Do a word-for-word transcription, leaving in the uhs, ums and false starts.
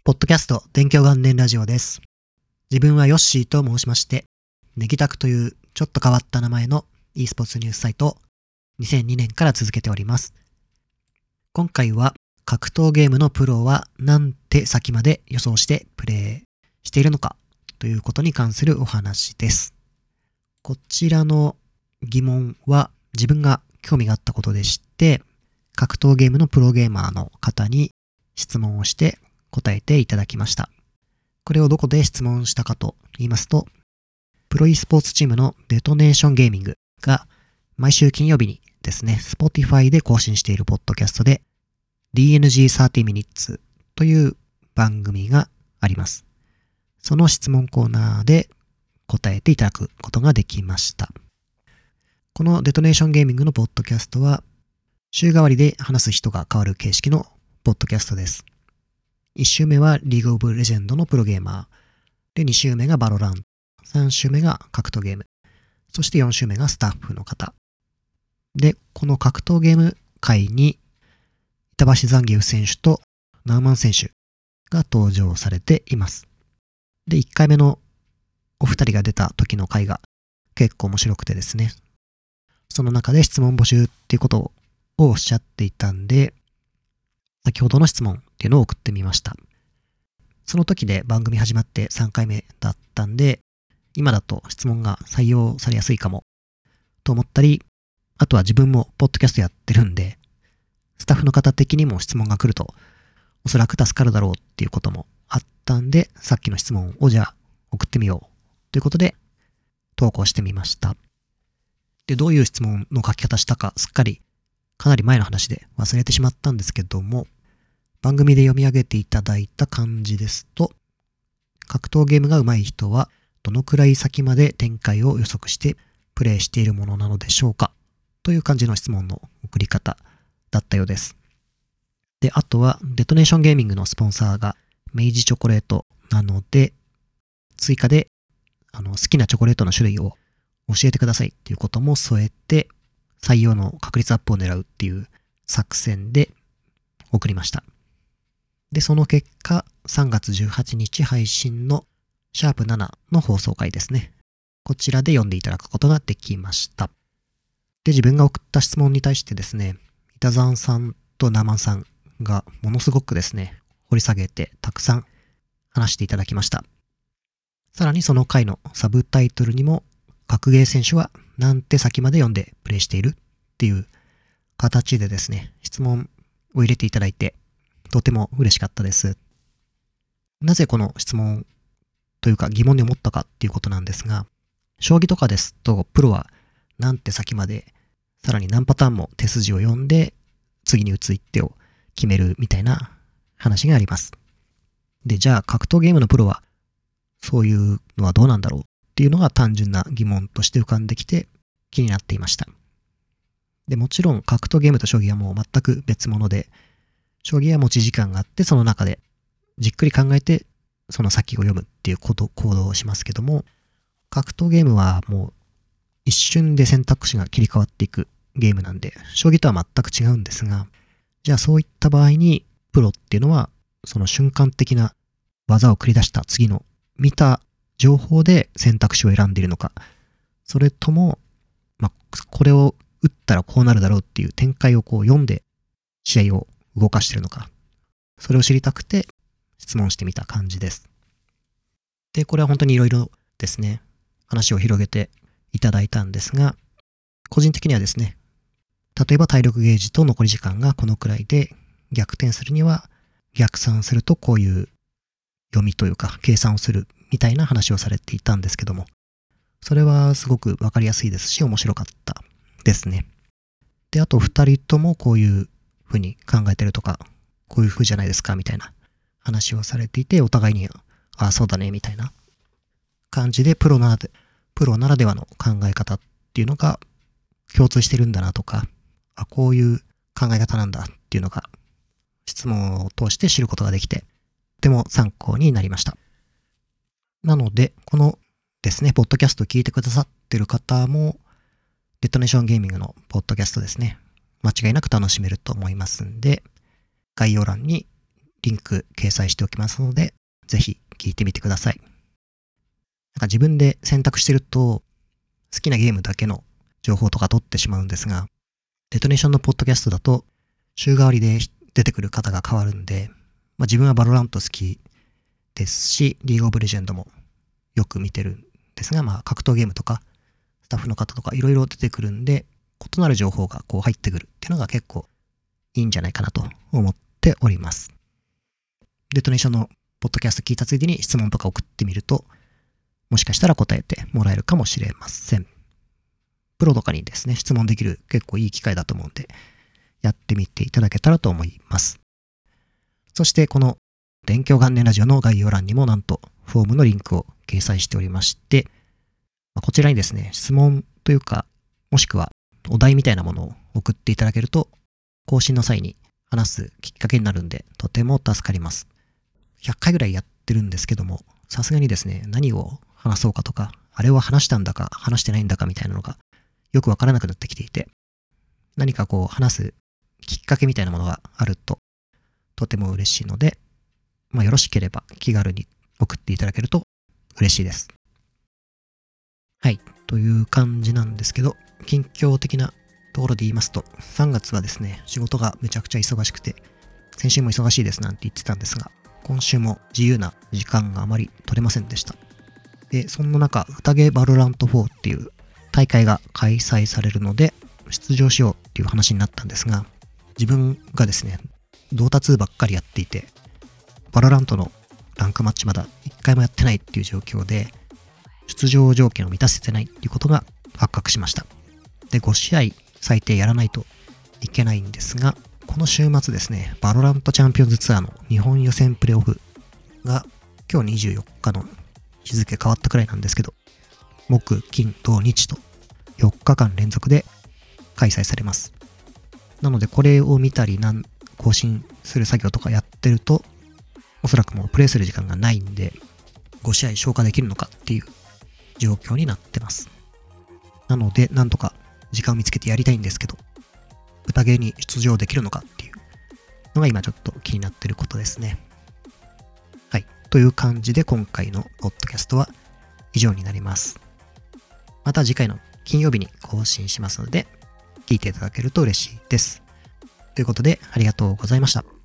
ポッドキャスト勉強元年ラジオです。自分はヨッシーと申しまして、ネギタクというちょっと変わった名前の e スポーツニュースサイトをにせんにねんから続けております。今回は格闘ゲームのプロはなんて先まで予想してプレイしているのかということに関するお話です。こちらの疑問は自分が興味があったことでして、格闘ゲームのプロゲーマーの方に質問をして答えていただきました。これをどこで質問したかと言いますと、プロ e スポーツチームのデトネーションゲーミングが毎週金曜日にですね、Spotify で更新しているポッドキャストで ディーエヌジーさんじゅう Minutes という番組があります。その質問コーナーで答えていただくことができました。このデトネーションゲーミングのポッドキャストは週替わりで話す人が変わる形式のポッドキャストです。いち週目はリーグオブレジェンドのプロゲーマー。で、に週目がバロラント。さん週目が格闘ゲーム。そしてよん週目がスタッフの方。で、この格闘ゲーム界に板橋ザンギエフ選手とナウマン選手が登場されています。で、いっかいめのお二人が出た時の回が結構面白くてですね。その中で質問募集っていうことをおっしゃっていたんで、先ほどの質問っていうのを送ってみました。その時で番組始まってさんかいめだったんで、今だと質問が採用されやすいかもと思ったり、あとは自分もポッドキャストやってるんで、スタッフの方的にも質問が来るとおそらく助かるだろうっていうこともあったんで、さっきの質問をじゃあ送ってみようということで投稿してみました。で、どういう質問の書き方したかすっかりかなり前の話で忘れてしまったんですけども、番組で読み上げていただいた感じですと、格闘ゲームが上手い人はどのくらい先まで展開を予測してプレイしているものなのでしょうかという感じの質問の送り方だったようです。で、あとはデトネーションゲーミングのスポンサーが明治チョコレートなので、追加であの好きなチョコレートの種類を教えてくださいっていうことも添えて、採用の確率アップを狙うっていう作戦で送りました。で、その結果、さんがつじゅうはちにち配信のシャープななの放送回ですね。こちらで読んでいただくことができました。で、自分が送った質問に対してですね、板山さんとナーマンさんがものすごくですね、掘り下げてたくさん話していただきました。さらにその回のサブタイトルにも、格ゲー選手はなんて先まで読んでプレイしているっていう形でですね、質問を入れていただいて、とても嬉しかったです。なぜこの質問というか疑問に思ったかっていうことなんですが、将棋とかですとプロはなんて先までさらに何パターンも手筋を読んで次に打つ一手を決めるみたいな話があります。で、じゃあ格闘ゲームのプロはそういうのはどうなんだろうっていうのが単純な疑問として浮かんできて気になっていました。で、もちろん格闘ゲームと将棋はもう全く別物で、将棋は持ち時間があって、その中でじっくり考えて、その先を読むっていうこと行動をしますけども、格闘ゲームはもう一瞬で選択肢が切り替わっていくゲームなんで、将棋とは全く違うんですが、じゃあそういった場合に、プロっていうのは、その瞬間的な技を繰り出した次の見た情報で選択肢を選んでいるのか、それとも、まあ、これを打ったらこうなるだろうっていう展開をこう読んで試合を動かしているのか、それを知りたくて質問してみた感じです。で、これは本当にいろいろですね、話を広げていただいたんですが、個人的にはですね、例えば体力ゲージと残り時間がこのくらいで逆転するには逆算するとこういう読みというか計算をするみたいな話をされていたんですけども、それはすごくわかりやすいですし面白かったですね。で、あと二人ともこういうふうに考えてるとか、こういうふうじゃないですかみたいな話をされていて、お互いに、ああ、そうだねみたいな感じでプロならで、プロならではの考え方っていうのが共通してるんだなとか、あ、こういう考え方なんだっていうのが質問を通して知ることができて、とても参考になりました。なので、このですね、ポッドキャストを聞いてくださってる方も、デトネーションゲーミングのポッドキャストですね、間違いなく楽しめると思いますんで、概要欄にリンク掲載しておきますので、ぜひ聞いてみてください。なんか自分で選択してると、好きなゲームだけの情報とか取ってしまうんですが、デトネーションのポッドキャストだと、週替わりで出てくる方が変わるんで、まあ、自分はバロラント好きですし、リーグオブレジェンドもよく見てるんですが、まあ格闘ゲームとか、スタッフの方とかいろいろ出てくるんで、異なる情報がこう入ってくるっていうのが結構いいんじゃないかなと思っております。デトネーションのポッドキャスト聞いたついでに質問とか送ってみると、もしかしたら答えてもらえるかもしれません。プロとかにですね、質問できる結構いい機会だと思うんで、やってみていただけたらと思います。そしてこの勉強元年ラジオの概要欄にもなんとフォームのリンクを掲載しておりまして、こちらにですね、質問というか、もしくはお題みたいなものを送っていただけると、更新の際に話すきっかけになるんで、とても助かります。ひゃっかいぐらいやってるんですけども、さすがにですね、何を話そうかとか、あれを話したんだか話してないんだかみたいなのがよくわからなくなってきていて、何かこう話すきっかけみたいなものがあるととても嬉しいので、まあ、よろしければ気軽に送っていただけると嬉しいです。はい、という感じなんですけど、近況的なところで言いますと、さんがつはですね、仕事がめちゃくちゃ忙しくて、先週も忙しいですなんて言ってたんですが、今週も自由な時間があまり取れませんでした。で、そんな中、宴バロラントフォーっていう大会が開催されるので、出場しようっていう話になったんですが、自分がですね、ドータツーばっかりやっていて、バロラントのランクマッチまだ一回もやってないっていう状況で、出場条件を満たせてないっていうことが発覚しました。で、ごしあい最低やらないといけないんですが、この週末ですね、バロラントチャンピオンズツアーの日本予選プレーオフが今日にじゅうよっかの日付変わったくらいなんですけど、木、金、土、日とよっかかん連続で開催されます。なのでこれを見たりなん更新する作業とかやってると、おそらくもうプレイする時間がないんで、ごしあい消化できるのかっていう状況になってます。なので、なんとか時間を見つけてやりたいんですけど、宴に出場できるのかっていうのが今ちょっと気になってることですね。はい。という感じで今回のポッドキャストは以上になります。また次回の金曜日に更新しますので、聞いていただけると嬉しいです。ということで、ありがとうございました。